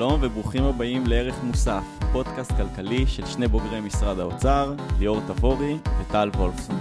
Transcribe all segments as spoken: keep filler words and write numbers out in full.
שלום וברוכים הבאים לערך מוסף, פודקאסט כלכלי של שני בוגרי משרד האוצר, ליאור תבורי וטל וולפסון.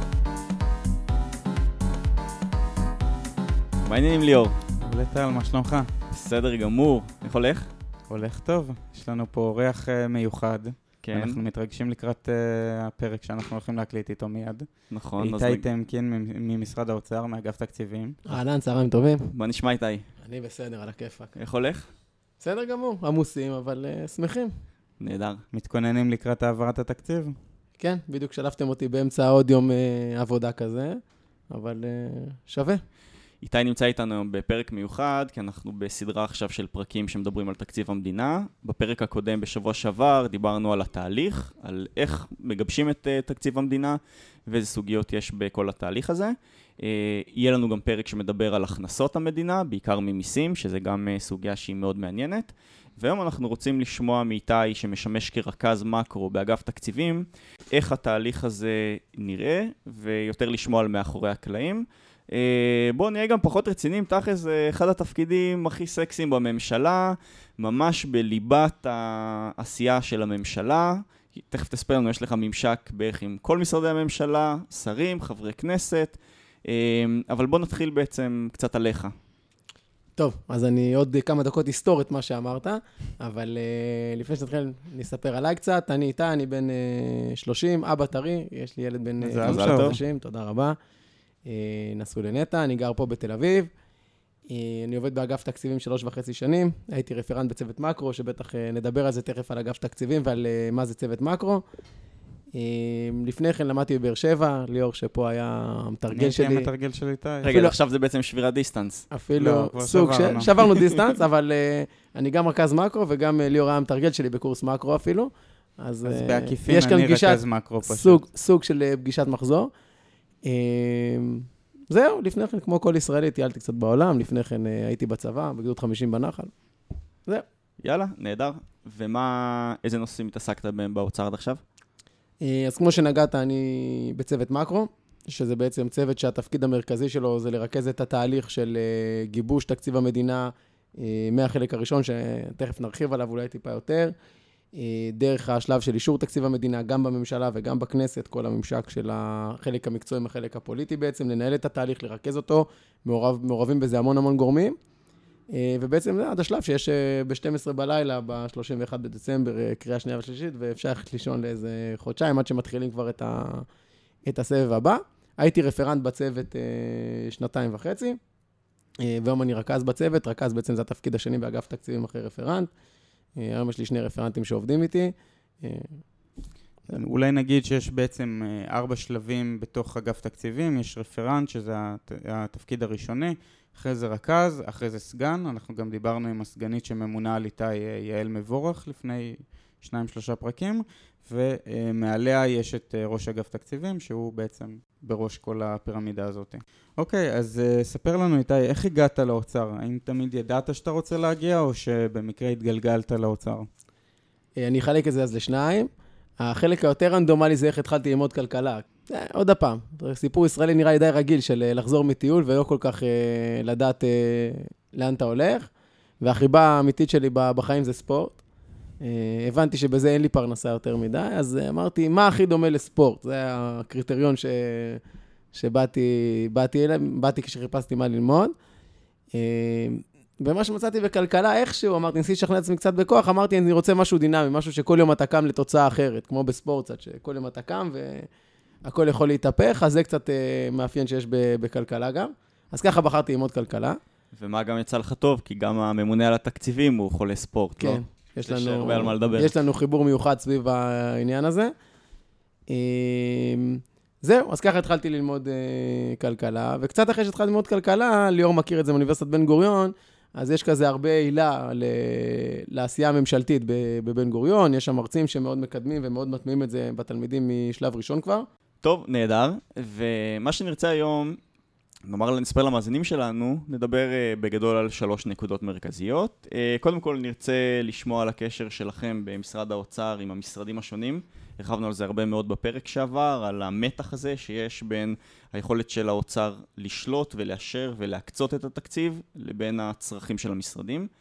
מה העניינים ליאור? עולה טל, מה שלומך? בסדר גמור, איך הולך? הולך טוב, יש לנו פה אורח uh, מיוחד. כן. אנחנו מתרגשים לקראת uh, הפרק שאנחנו הולכים להקליט איתו מיד. נכון. איתי טמקין ממשרד האוצר, מאגף תקציבים. אהלן, צהריים טובים. מה נשמע איתי? אני בסדר, על הכיפק. איך הולך? בסדר גמור, עמוסים, אבל uh, שמחים. נהדר. מתכוננים לקראת העברת התקציב? כן, בדיוק שלפתם אותי באמצע עוד יום uh, עבודה כזה, אבל uh, שווה. איתי נמצא איתנו היום בפרק מיוחד, כי אנחנו בסדרה עכשיו של פרקים שמדברים על תקציב המדינה. בפרק הקודם בשבוע שעבר דיברנו על התהליך, על איך מגבשים את uh, תקציב המדינה, ואיזה סוגיות יש בכל התהליך הזה. Uh, יהיה לנו גם פרק שמדבר על הכנסות המדינה, בעיקר ממיסים, שזה גם uh, סוגיה שהיא מאוד מעניינת. והיום אנחנו רוצים לשמוע מאיתי שמשמש כרכז מקרו באגף תקציבים, איך התהליך הזה נראה, ויותר לשמוע על מאחורי הקלעים. Uh, בואו נהיה גם פחות רציניים, תכל'ס זה אחד התפקידים הכי סקסיים בממשלה, ממש בליבת העשייה של הממשלה. תכף תספר לנו, יש לך ממשק בערך עם כל משרדי הממשלה, שרים, חברי כנסת, uh, אבל בואו נתחיל בעצם קצת עליך. טוב, אז אני עוד כמה דקות אסתור את מה שאמרת, אבל uh, לפני שנתחיל נספר עליי קצת. אני איתה, אני בן uh, שלושים, אבא טרי, יש לי ילד בן מזל טוב. חודשים, תודה רבה. נסעו לנטה, אני גר פה בתל אביב, אני עובד באגף תקציבים שלוש וחצי שנים, הייתי רפרנט בצוות מקרו, שבטח נדבר על זה תכף על אגף תקציבים ועל מה זה צוות מקרו. לפני כן למדתי בבאר שבע, ליאור שפה היה המתרגל שלי. אני הייתי המתרגל שלי איתי. רגע, עכשיו זה בעצם שבירת דיסטנס. אפילו סוג, שברנו דיסטנס, אבל אני גם רכז מקרו וגם ליאור היה המתרגל שלי בקורס מקרו אפילו. אז בעקיפין אני רכז מקרו פשוט. סוג של פגישת מחזור. זהו, לפני כן, כמו כל ישראלי, טיילתי קצת בעולם, לפני כן הייתי בצבא, בגדוד חמישים בנחל. זהו. יאללה, נהדר. ומה, איזה נושאים התעסקת בהם באוצר עד עכשיו? אז כמו שנגעת, אני בצוות מקרו, שזה בעצם צוות שהתפקיד המרכזי שלו זה לרכז את התהליך של גיבוש תקציב המדינה מהחלק הראשון, שתכף נרחיב עליו אולי טיפה יותר, דרך השלב של אישור תקציב המדינה, גם בממשלה וגם בכנסת, כל הממשק של החלק המקצועי מהחלק הפוליטי בעצם, לנהל את התהליך, לרכז אותו, מעורב, מעורבים בזה המון המון גורמים, ובעצם זה עד השלב שיש ב-שתים עשרה בלילה, ב-שלושים ואחד בדצמבר, קריאה שנייה ושלישית, ואפשר ללכת לישון לאיזה חודשיים, עד שמתחילים כבר את, ה... את הסבב הבא. הייתי רפרנט בצוות שנתיים וחצי, והיום אני רכז בצוות, רכז בעצם זה התפקיד השני באגף תקציבים אחרי רפרנט, היום יש לי שני רפרנטים שעובדים איתי. אולי נגיד שיש בעצם ארבע שלבים בתוך אגף תקציבים, יש רפרנט שזה התפקיד הראשוני, אחרי זה רכז, אחרי זה סגן, אנחנו גם דיברנו עם הסגנית שממונה על איתי יעל מבורך לפני שניים שלושה פרקים, ומעליה יש את ראש אגף תקציבים שהוא בעצם בראש כל הפירמידה הזאת. אוקיי, אז ספר לנו איתי, איך הגעת לאוצר? האם תמיד ידעת שאתה רוצה להגיע או שבמקרה התגלגלת לאוצר? אני אחלק את זה אז לשניים. החלק היותר רנדומלי זה איך התחלתי ללמוד כלכלה. עוד הפעם, סיפור ישראלי נראה לי די רגיל של לחזור מטיול ולא כל כך לדעת לאן אתה הולך. והחיבה האמיתית שלי בחיים זה ספורט. הבנתי שבזה אין לי פרנסה יותר מדי, אז אמרתי, מה הכי דומה לספורט? זה הקריטריון ש... שבאתי, באתי אליהם, באתי כשחיפשתי מה ללמוד. ומה שמצאתי בכלכלה, איכשהו, אמרתי, ניסיתי לשכנע את עצמי קצת בכוח, אמרתי, אני רוצה משהו דינמי, משהו שכל יום אתה קם לתוצאה אחרת, כמו בספורט, שכל יום אתה קם והכל יכול להתהפך, אז זה קצת מאפיין שיש בכלכלה גם. אז ככה בחרתי ללמוד כלכלה. ומה גם יצא לך טוב, כי גם הממונה על התקציבים הוא חולה ספורט, כן. לא? יש לנו, הרבה על מה לדבר. יש לנו חיבור מיוחד סביב העניין הזה. זהו, אז ככה התחלתי ללמוד כלכלה, וקצת אחרי שהתחלתי ללמוד כלכלה, ליאור מכיר את זה מאוניברסיטת בן גוריון, אז יש כזה הרבה עילה לעשייה הממשלתית בבן גוריון, יש שם מרצים שמאוד מקדמים ומאוד מטמיעים את זה בתלמידים משלב ראשון כבר. טוב, נהדר, ומה שנרצה היום, נאמר, נספר למאזינים שלנו, נדבר uh, בגדול על שלוש נקודות מרכזיות. Uh, קודם כל נרצה לשמוע על הקשר שלכם במשרד האוצר עם המשרדים השונים. הרחבנו על זה הרבה מאוד בפרק שעבר, על המתח הזה שיש בין היכולת של האוצר לשלוט ולאשר ולהקצות את התקציב, לבין הצרכים של המשרדים. Uh,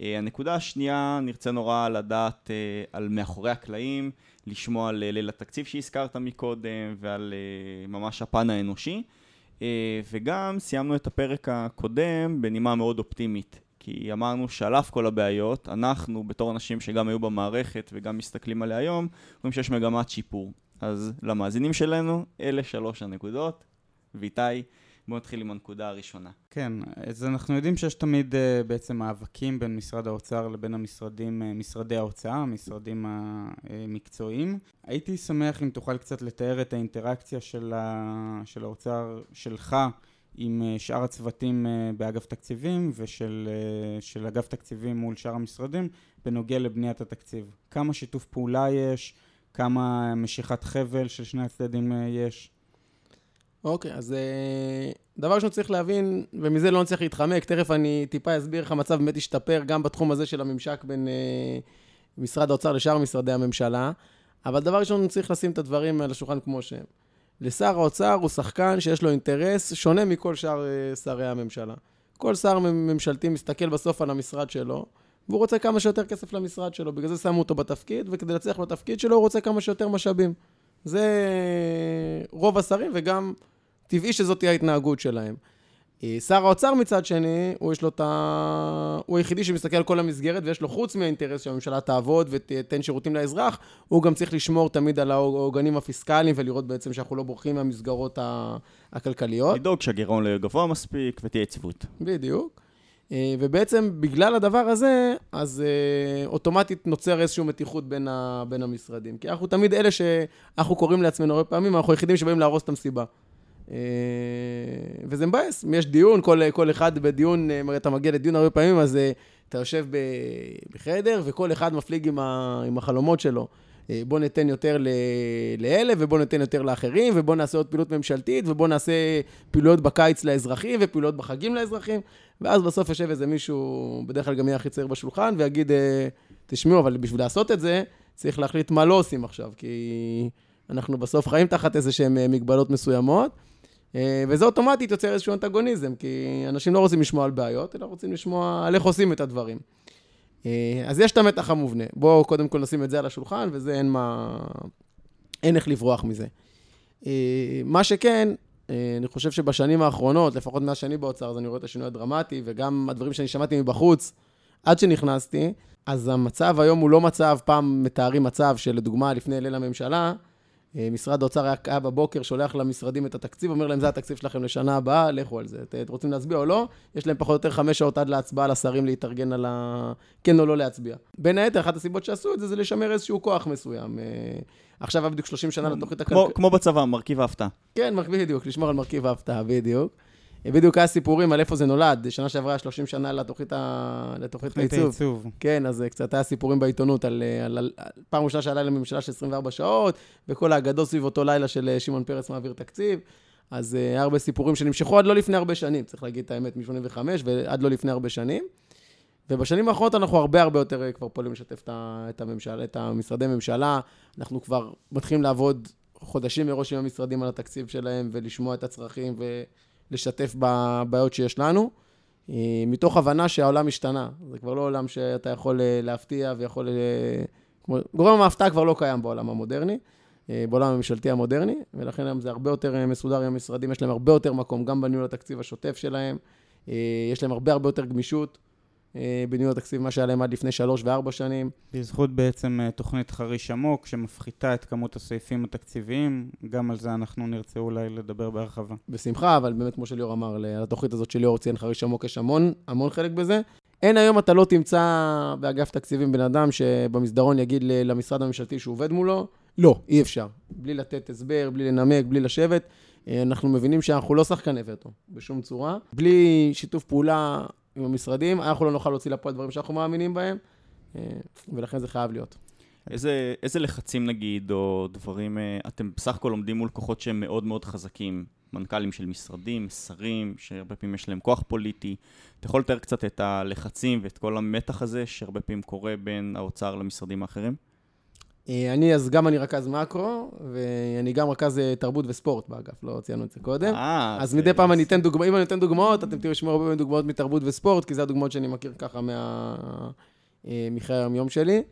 הנקודה השנייה, נרצה נורא לדעת על מאחורי הקלעים, לשמוע על ליל התקציב שהזכרת מקודם ועל ממש הפן האנושי. וגם סיימנו את הפרק הקודם בנימה מאוד אופטימית, כי אמרנו שעל אף כל הבעיות, אנחנו בתור אנשים שגם היו במערכת וגם מסתכלים עליה היום, רואים שיש מגמת שיפור. אז למאזינים שלנו, אלה שלוש הנקודות. ואיתי, בואו נתחיל עם הנקודה הראשונה. כן, אז אנחנו יודעים שיש תמיד uh, בעצם מאבקים בין משרד האוצר לבין המשרדים, uh, משרדי ההוצאה, המשרדים המקצועיים. הייתי שמח אם תוכל קצת לתאר את האינטראקציה של, ה, של האוצר שלך עם uh, שאר הצוותים uh, באגף תקציבים ושל uh, של אגף תקציבים מול שאר המשרדים בנוגע לבניית התקציב. כמה שיתוף פעולה יש, כמה משיכת חבל של שני הצדדים uh, יש. אוקיי, אז דבר ראשון צריך להבין, ומזה לא נצטרך להתחמק, תכף אני טיפה אסביר איך המצב באמת ישתפר, גם בתחום הזה של הממשק בין משרד האוצר לשאר משרדי הממשלה, אבל דבר ראשון צריך לשים את הדברים על השולחן כמו שהם. לשר האוצר הוא שחקן שיש לו אינטרס שונה מכל שאר שרי הממשלה. כל שר ממשלתי מסתכל בסוף על המשרד שלו, והוא רוצה כמה שיותר כסף למשרד שלו, בגלל זה שמו אותו בתפקיד, וכדי להצליח בתפקיד שלו הוא רוצה כמה שיותר משאבים. זה רוב השרים, וגם טבעי שזאת תהיה ההתנהגות שלהם. שר האוצר מצד שני, הוא יש לו את ה... הוא היחידי שמסתכל על כל המסגרת, ויש לו חוץ מהאינטרס שהממשלה תעבוד ותתן שירותים לאזרח, הוא גם צריך לשמור תמיד על העוגנים הפיסקליים, ולראות בעצם שאנחנו לא בורחים מהמסגרות הכלכליות. לדאוג שהגירעון לא יהיה גבוה מספיק, ותהיה יציבות. בדיוק. ובעצם בגלל הדבר הזה, אז אוטומטית נוצר איזושהי מתיחות בין, ה, בין המשרדים. כי אנחנו תמיד אלה שאנחנו קוראים לעצמנו הרבה פעמים, אנחנו היחידים שבאים להרוס את המסיבה. וזה מבאס, יש דיון, כל, כל אחד בדיון, אתה מגיע לדיון הרבה פעמים, אז אתה יושב בחדר, וכל אחד מפליג עם, ה, עם החלומות שלו. בוא ניתן יותר לאלה, ובוא ניתן יותר לאחרים, ובוא נעשה עוד פעילות ממשלתית, ובוא נעשה פעילויות בקיץ לאזרחים, ופעילויות בחגים לאזרחים, ואז בסוף יושב איזה מישהו, בדרך כלל גם יהיה הכי צעיר בשולחן, ויגיד, תשמעו, אבל בשביל לעשות את זה, צריך להחליט מה לא עושים עכשיו, כי אנחנו בסוף חיים תחת איזה שהן מגבלות מסוימות, וזה אוטומטית יוצר איזשהו אנטגוניזם, כי אנשים לא רוצים לשמוע על בעיות, אלא רוצים לשמוע על איך עושים את הדברים. אז יש את המתח המובנה. בואו קודם כל נשים את זה על השולחן, וזה אין מה... אין איך לברוח מזה. מה שכן, אני חושב שבשנים האחרונות, לפחות מהשנים באוצר, אז אני רואה את השינוי הדרמטי, וגם הדברים שאני שמעתי מבחוץ, עד שנכנסתי, אז המצב היום הוא לא מצב, פעם מתארים מצב שלדוגמה לפני ליל הממשלה, משרד האוצר היה בבוקר, שולח למשרדים את התקציב, אומר להם, זה התקציב שלכם לשנה הבאה, לכו על זה. אתם רוצים להצביע או לא? יש להם פחות או יותר חמש שעות עד להצבעה לשרים להתארגן על ה... כן או לא להצביע. בין היתר, אחת הסיבות שעשו את זה, זה לשמר איזשהו כוח מסוים. עכשיו בדיוק שלושים שנה לתוכנית הכלכלית. כמו בצבא, מרכיב ההפתעה. כן, בדיוק, לשמור על מרכיב ההפתעה, בדיוק. בדיוק היה סיפורים על איפה זה נולד, שנה שעברה שלושים שנה לתוכנית העיצוב. כן, אז קצת היה סיפורים בעיתונות על, על, על פעם ראשונה שעלה לממשלה של עשרים וארבע שעות, וכל האגדות סביב אותו לילה של שמעון פרס מעביר תקציב, אז היה הרבה סיפורים שנמשכו עד לא לפני הרבה שנים, צריך להגיד את האמת, מ-שמונים וחמש ועד לא לפני הרבה שנים, ובשנים האחרונות אנחנו הרבה הרבה יותר כבר פועלים לשתף את הממשלה, את המשרדי ממשלה, אנחנו כבר מתחילים לעבוד חודשים מראש עם המשרדים על התקציב שלהם, ולשמוע את הצרכים ו... לשתף בבעיות שיש לנו, מתוך הבנה שהעולם השתנה. זה כבר לא עולם שאתה יכול להפתיע ויכול... גורם ההפתעה כבר לא קיים בעולם המודרני, בעולם הממשלתי המודרני, ולכן היום זה הרבה יותר מסודר עם המשרדים, יש להם הרבה יותר מקום, גם בניהול התקציב השוטף שלהם, יש להם הרבה הרבה יותר גמישות, בניהול התקציב, מה שהיה להם עד לפני שלוש וארבע שנים. בזכות בעצם תוכנית חריש עמוק, שמפחיתה את כמות הסעיפים התקציביים, גם על זה אנחנו נרצה אולי לדבר בהרחבה. בשמחה, אבל באמת כמו שליאור אמר, על התוכנית הזאת של ליאור ציין חריש עמוק, יש המון, המון חלק בזה. אין היום אתה לא תמצא באגף תקציבים בן אדם שבמסדרון יגיד למשרד הממשלתי שהוא עובד מולו, לא, אי אפשר. בלי לתת הסבר, בלי לנמק, בלי לשבת, אנחנו מבינים שאנחנו לא שחקני וטו בשום צורה. בלי שיתוף פעולה עם המשרדים, אנחנו לא נוכל להוציא לפועל דברים שאנחנו מאמינים בהם, ולכן זה חייב להיות. איזה, איזה לחצים נגיד, או דברים, אתם בסך הכל עומדים מול כוחות שהם מאוד מאוד חזקים, מנכ"לים של משרדים, שרים, שהרבה פעמים יש להם כוח פוליטי. אתה יכול לתאר קצת את הלחצים ואת כל המתח הזה, שהרבה פעמים קורה בין האוצר למשרדים האחרים? אני, אז גם אני רכז מקרו, ואני גם רכז תרבות וספורט באגף, לא ציינו את זה קודם. אז מדי פעם אני אתן דוגמאות, אם אני אתן דוגמאות, אתם תראו שמור הרבה דוגמאות מתרבות וספורט, כי זה הדוגמאות שאני מכיר ככה מחיי היום-יום שלי.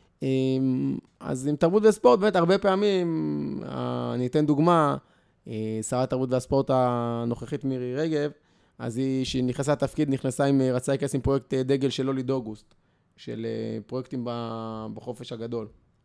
אז עם תרבות וספורט, באמת הרבה פעמים, אני אתן דוגמה, שרת התרבות והספורט הנוכחית מירי רגב, אז היא, שהיא נכנסה לתפקיד, נכנסה עם, רצה להיכנס עם פרויקט דגל של הוליד אוגוסט, של פרויקטים בחופש הגדול.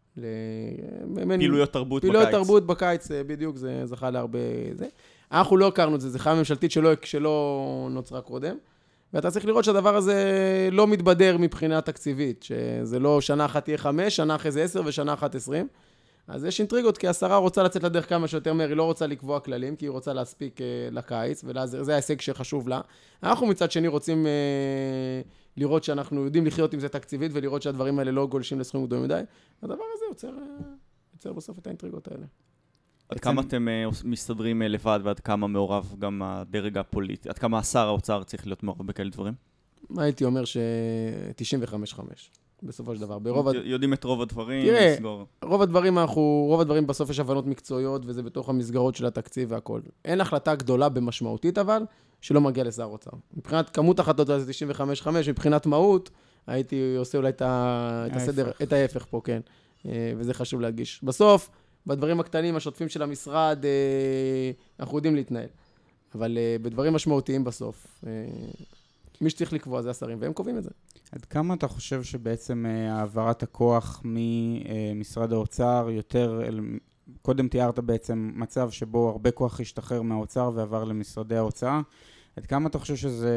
פעילויות תרבות בקיץ. פעילויות תרבות בקיץ, בדיוק, זה זכה להרבה זה. אנחנו לא הכרנו את זה, זה חיה ממשלתית שלא, שלא נוצרה קודם, ואתה צריך לראות שהדבר הזה לא מתבדר מבחינה תקציבית, שזה לא שנה אחת תהיה חמש, שנה אחרי זה עשר ושנה אחת עשרים. אז יש אינטריגות, כי השרה רוצה לצאת לדרך כמה שיותר מהר, היא לא רוצה לקבוע כללים, כי היא רוצה להספיק לקיץ, וזה ההישג שחשוב לה. אנחנו מצד שני רוצים לראות שאנחנו יודעים לחיות עם זה תקציבית, ולראות שהדברים האלה לא גולשים לסכומים גדולים מדי. הדבר הזה יוצר, יוצר בסוף את האינטריגות האלה. עד כמה אתם מסתדרים לבד, ועד כמה מעורב גם הדרג הפוליטי? עד כמה השר האוצר צריך להיות מעורב בכאלה דברים? הייתי אומר ש-תשעים וחמש חמש. בסופו של דבר. ברוב יודעים את רוב הדברים, תראה, לסגור. רוב הדברים אנחנו, רוב הדברים בסוף יש הבנות מקצועיות, וזה בתוך המסגרות של התקציב והכל. אין החלטה גדולה במשמעותית, אבל, שלא מגיע לשר אוצר. מבחינת כמות החלטות, זה תשעים וחמש חמש, מבחינת מהות, הייתי עושה אולי את הסדר, את ההפך פה, כן. וזה חשוב להדגיש. בסוף, בדברים הקטנים, השוטפים של המשרד, אנחנו יודעים להתנהל. אבל בדברים משמעותיים בסוף, מי שצריך לקבוע זה השרים, והם קובעים את זה. עד כמה אתה חושב שבעצם העברת הכוח ממשרד האוצר יותר, קודם תיארת בעצם מצב שבו הרבה כוח השתחרר מהאוצר ועבר למשרדי ההוצאה, עד כמה אתה חושב שזה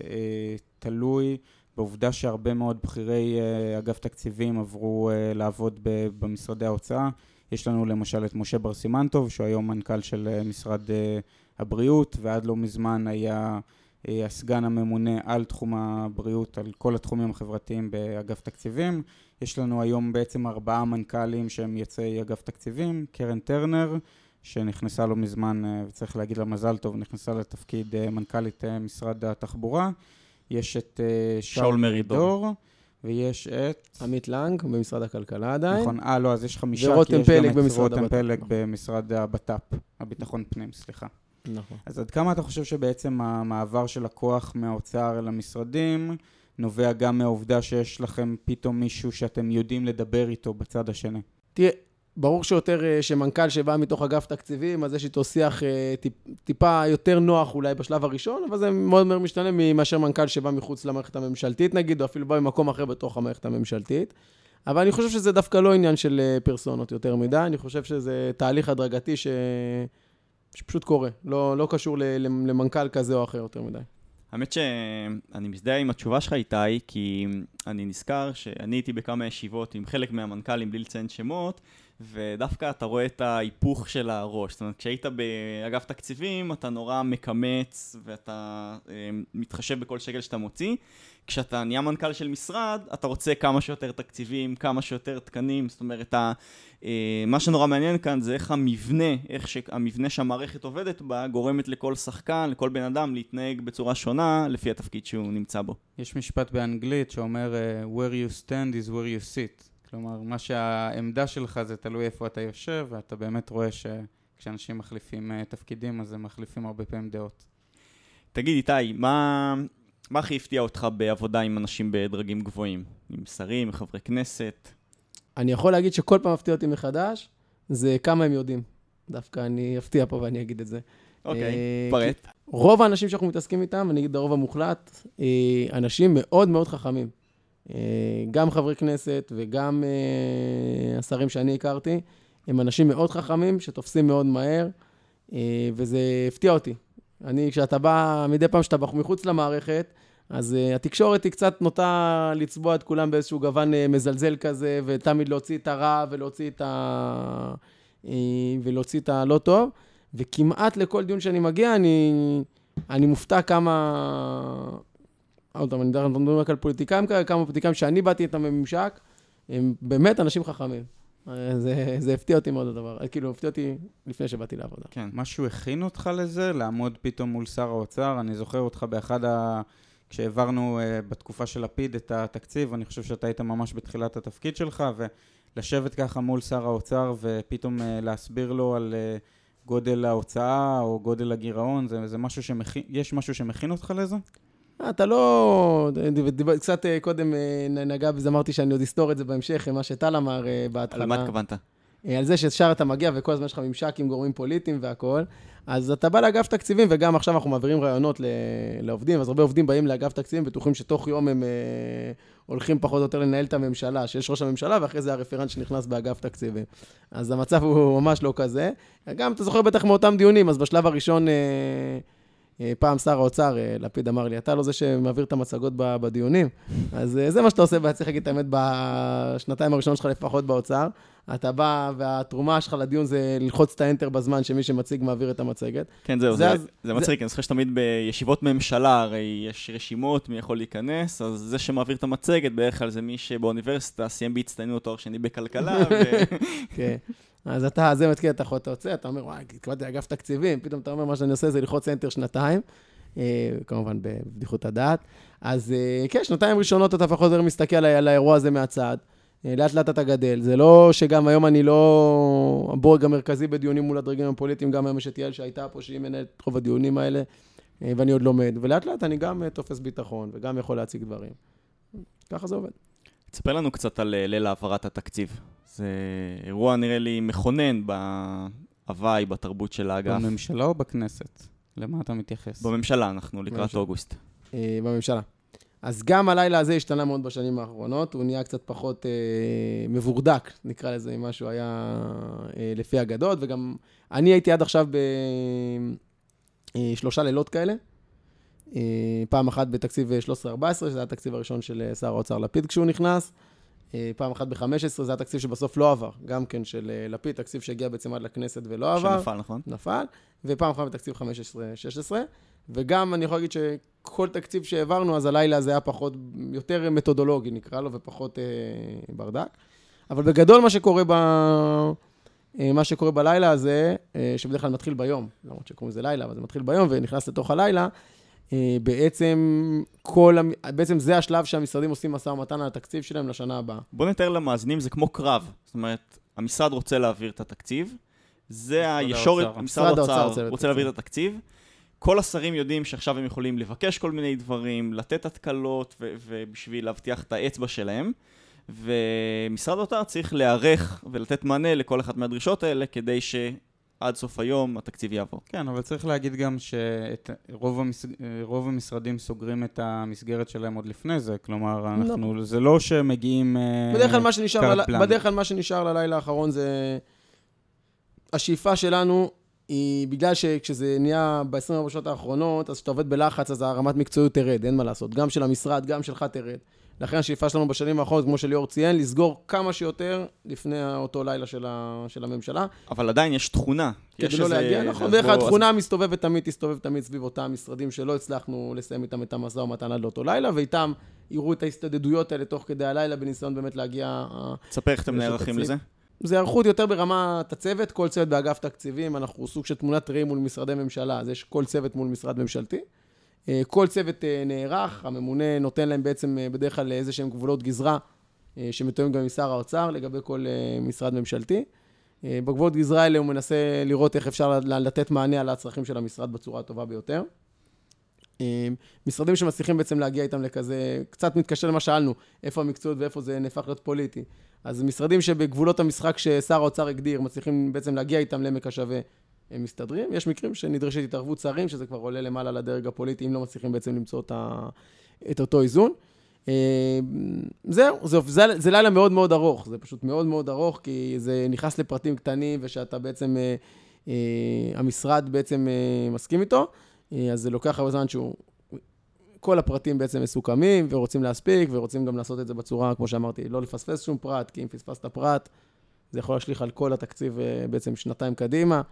תלוי בעובדה שהרבה מאוד בכירי אגף תקציבים עברו לעבוד במשרדי ההוצאה? יש לנו למשל את משה בר סימן-טוב, שהוא היום מנכ"ל של משרד הבריאות, ועד לא מזמן היה הסגן הממונה על תחום הבריאות, על כל התחומים החברתיים באגף תקציבים. יש לנו היום בעצם ארבעה מנכ"לים שהם יצאי אגף תקציבים. קרן טרנר, שנכנסה לא מזמן, וצריך להגיד לה מזל טוב, נכנסה לתפקיד מנכ"לית משרד התחבורה. יש את שאול מרידור, ויש את... עמית לנג במשרד הכלכלה עדיין. נכון, אה לא, אז יש חמישה, ורותם פלג במשרד רותם פלג במשרד הבט"פ, הביטחון פנים, סליחה. נכון. אז עד כמה אתה חושב שבעצם המעבר של הכוח מהאוצר אל המשרדים נובע גם מהעובדה שיש לכם פתאום מישהו שאתם יודעים לדבר איתו בצד השני? תראה, ברור שיותר שמנכ"ל שבא מתוך אגף תקציבים, אז יש איתו שיח טיפ, טיפה יותר נוח אולי בשלב הראשון, אבל זה מאוד מאוד משתנה מאשר מנכ"ל שבא מחוץ למערכת הממשלתית נגיד, או אפילו בא ממקום אחר בתוך המערכת הממשלתית. אבל אני חושב שזה דווקא לא עניין של פרסונות יותר מדי, אני חושב שזה תהליך הדרגתי ש... שפשוט קורה, לא, לא קשור למנכ"ל כזה או אחר יותר מדי. האמת שאני מזדהה עם התשובה שלך איתי, כי אני נזכר שאני הייתי בכמה ישיבות עם חלק מהמנכ"לים בלי לציין שמות, ודווקא אתה רואה את ההיפוך של הראש. זאת אומרת, כשהיית באגף תקציבים, אתה נורא מקמץ, ואתה אה, מתחשב בכל שקל שאתה מוציא. כשאתה נהיה מנכ"ל של משרד, אתה רוצה כמה שיותר תקציבים, כמה שיותר תקנים. זאת אומרת, ה, אה, מה שנורא מעניין כאן זה איך המבנה, איך שהמבנה שהמערכת עובדת בה, גורמת לכל שחקן, לכל בן אדם, להתנהג בצורה שונה, לפי התפקיד שהוא נמצא בו. יש משפט באנגלית שאומר, where you stand is where you sit. כלומר, מה שהעמדה שלך זה תלוי איפה אתה יושב, ואתה באמת רואה שכשאנשים מחליפים תפקידים, אז הם מחליפים הרבה פעמים דעות. תגיד איתי, מה, מה הכי הפתיע אותך בעבודה עם אנשים בדרגים גבוהים? עם שרים, עם חברי כנסת? אני יכול להגיד שכל פעם הפתיע אותי מחדש, זה כמה הם יודעים. דווקא אני אפתיע פה ואני אגיד את זה. אוקיי, פרט. רוב האנשים שאנחנו מתעסקים איתם, אני אגיד הרוב המוחלט, אנשים מאוד מאוד חכמים. גם חברי כנסת וגם השרים שאני הכרתי, הם אנשים מאוד חכמים שתופסים מאוד מהר, וזה הפתיע אותי. אני, כשאתה בא, מדי פעם שאתה בא מחוץ למערכת, אז התקשורת היא קצת נוטה לצבוע את כולם באיזשהו גוון מזלזל כזה, ותמיד להוציא את הרע ולהוציא את ה... ולהוציא את הלא טוב, וכמעט לכל דיון שאני מגיע, אני, אני מופתע כמה... עוד פעם, אני מדבר רק על פוליטיקאים כאלה, כמה פוליטיקאים שאני באתי איתם בממשק, הם באמת אנשים חכמים. זה, זה הפתיע אותי מאוד הדבר. כאילו, הפתיע אותי לפני שבאתי לעבודה. כן. משהו הכין אותך לזה? לעמוד פתאום מול שר האוצר? אני זוכר אותך באחד ה... כשהעברנו uh, בתקופה של לפיד את התקציב, אני חושב שאתה היית ממש בתחילת התפקיד שלך, לשבת ככה מול שר האוצר ופתאום להסביר לו על גודל ההוצאה או גודל הגירעון, זה, זה משהו שמכין, יש משהו שמכין אותך לזה? אתה לא... קצת קודם נגע בזה, אמרתי שאני עוד אסתור את זה בהמשך, מה שטל אמר בהתחלה. על מה התכוונת? על זה ששאר אתה מגיע וכל הזמן יש לך ממשק עם גורמים פוליטיים והכל, אז אתה בא לאגף תקציבים, וגם עכשיו אנחנו מעבירים רעיונות לעובדים, אז הרבה עובדים באים לאגף תקציבים, בטוחים שתוך יום הם הולכים פחות או יותר לנהל את הממשלה, שיש ראש הממשלה, ואחרי זה הרפרנט שנכנס באגף תקציבים. אז המצב הוא ממש לא כזה. גם אתה זוכר בטח מאותם דיונים, אז בשלב הראשון, פעם שר האוצר, לפיד אמר לי, אתה לא זה שמעביר את המצגות בדיונים, אז זה מה שאתה עושה, צריך להגיד את האמת, בשנתיים הראשונות שלך לפחות באוצר, אתה בא והתרומה שלך לדיון זה ללחוץ את האנטר בזמן שמי שמציג מעביר את המצגת. כן, זהו, זה, זה, זה מצחיק, אני זוכר שתמיד בישיבות ממשלה, הרי יש רשימות, מי יכול להיכנס, אז זה שמעביר את המצגת, בערך כלל זה מי שבאוניברסיטה סיים בהצטיינות תואר שני בכלכלה. ו... כן. אז אתה, זה מתקיע את החוט ההוצא, אתה אומר, וואי, קבלתי אגף תקציבים, פתאום אתה אומר, מה שאני עושה זה ללחוץ אנטר שנתיים, כמובן בבדיחות הדעת. אז כן, שנתיים ראשונות אתה פחות יותר מסתכל על האירוע הזה מהצד, לאט לאט אתה גדל. זה לא שגם היום אני לא הבורג המרכזי בדיונים מול הדרגים הפוליטיים, גם היום יש את יעל שהייתה פה, שהיא מנהלת את רוב הדיונים האלה, ואני עוד לומד. ולאט לאט אני גם תופס ביטחון, וגם יכול להציג דברים. ככה זה עובד. תספר לנו קצת על ליל העברת התקציב. זה אירוע נראה לי מכונן בהוואי, בתרבות של האגף. בממשלה או בכנסת? למה אתה מתייחס? בממשלה, אנחנו לקראת אוגוסט. בממשלה. אז גם הלילה הזה השתנה מאוד בשנים האחרונות, הוא נהיה קצת פחות אה, מבורדק, נקרא לזה, אם משהו היה אה, לפי הגדות, וגם אני הייתי עד עכשיו בשלושה לילות כאלה, אה, פעם אחת בתקציב שלוש עשרה ארבע עשרה, שזה היה התקציב הראשון של שר האוצר לפיד כשהוא נכנס, אה, פעם אחת ב-חמש עשרה, זה היה תקציב שבסוף לא עבר, גם כן של אה, לפיד, תקציב שהגיע בעצם עד לכנסת ולא עבר. שנפל, נכון? נפל, ופעם אחת בתקציב חמש עשרה שש עשרה, וגם אני יכול להגיד שכל תקציב שהעברנו, אז הלילה הזה היה פחות, יותר מתודולוגי נקרא לו, ופחות אה, ברדק. אבל בגדול מה שקורה, ב, אה, מה שקורה בלילה הזה, אה, שבדרך כלל מתחיל ביום, למרות שקוראים לזה לילה, אבל זה מתחיל ביום ונכנס לתוך הלילה, אה, בעצם, כל, בעצם זה השלב שהמשרדים עושים משא ומתן על התקציב שלהם לשנה הבאה. בוא נתאר למאזינים, זה כמו קרב. זאת אומרת, המשרד רוצה להעביר את התקציב, זה הישורת, המשרד האוצר רוצה להעביר את התקציב, כל השרים יודעים שעכשיו הם יכולים לבקש כל מיני דברים, לתת התקלות ו- ובשביל להבטיח את האצבע שלהם, ומשרד האוצר צריך להיערך ולתת מענה לכל אחת מהדרישות האלה כדי שעד סוף היום התקציב יעבור. כן, אבל צריך להגיד גם שרוב המש... רוב המשרדים סוגרים את המסגרת שלהם עוד לפני זה, כלומר, אנחנו... לא. זה לא שמגיעים בדרך כלל מה שנשאר, ל... בדרך כלל מה שנשאר ללילה האחרון זה השאיפה שלנו, היא בגלל שכשזה נהיה ב-עשרים וארבע שעות האחרונות, אז כשאתה עובד בלחץ, אז הרמת מקצועיות תרד, אין מה לעשות. גם של המשרד, גם שלך תרד. לכן השאיפה שלנו בשנים האחרונות, כמו שליאור ציין, לסגור כמה שיותר לפני אותו לילה של, ה... של הממשלה. אבל עדיין יש תכונה. כדי לא להגיע, נכון. דרך התכונה מסתובבת תמיד, תסתובב תמיד סביב אותם משרדים שלא הצלחנו לסיים איתם את המשא ומתן עד לאותו לילה, ואיתם יראו את ההסתדדויות האלה תוך כדי הלילה, בניסיון באמת להגיע... תספר איך אתם נערכים לזה? זה ערכות יותר ברמת הצוות, כל צוות באגף תקציבים, אנחנו סוג של תמונת ראי מול משרדי ממשלה, אז יש כל צוות מול משרד ממשלתי. כל צוות נערך, הממונה נותן להם בעצם בדרך כלל איזה שהם גבולות גזרה, שמתואמים גם עם שר האוצר לגבי כל משרד ממשלתי. בגבולות גזרה האלה הוא מנסה לראות איך אפשר לתת מענה על הצרכים של המשרד בצורה הטובה ביותר. משרדים שמצליחים בעצם להגיע איתם לכזה, קצת מתקשר למה שאלנו, איפה המקצועיות ואיפה זה נהפך להיות פוליטי. אז משרדים שבגבולות המשחק ששר האוצר הגדיר, מצליחים בעצם להגיע איתם לעמק השווה, הם מסתדרים. יש מקרים שנדרשת התערבות שרים, שזה כבר עולה למעלה לדרג הפוליטי, אם לא מצליחים בעצם למצוא את, ה... את אותו איזון. זהו, זה, זה, זה לילה מאוד מאוד ארוך, זה פשוט מאוד מאוד ארוך, כי זה נכנס לפרטים קטנים, ושאתה בעצם, המשרד בעצם מסכים איתו, אז זה לוקח הרבה זמן שהוא... כל הפרטים בעצם מסוכמים, ורוצים להספיק, ורוצים גם לעשות את זה בצורה, כמו שאמרתי, לא לפספס שום פרט, כי אם פספסת פרט, זה יכול להשליך על כל התקציב בעצם שנתיים קדימה.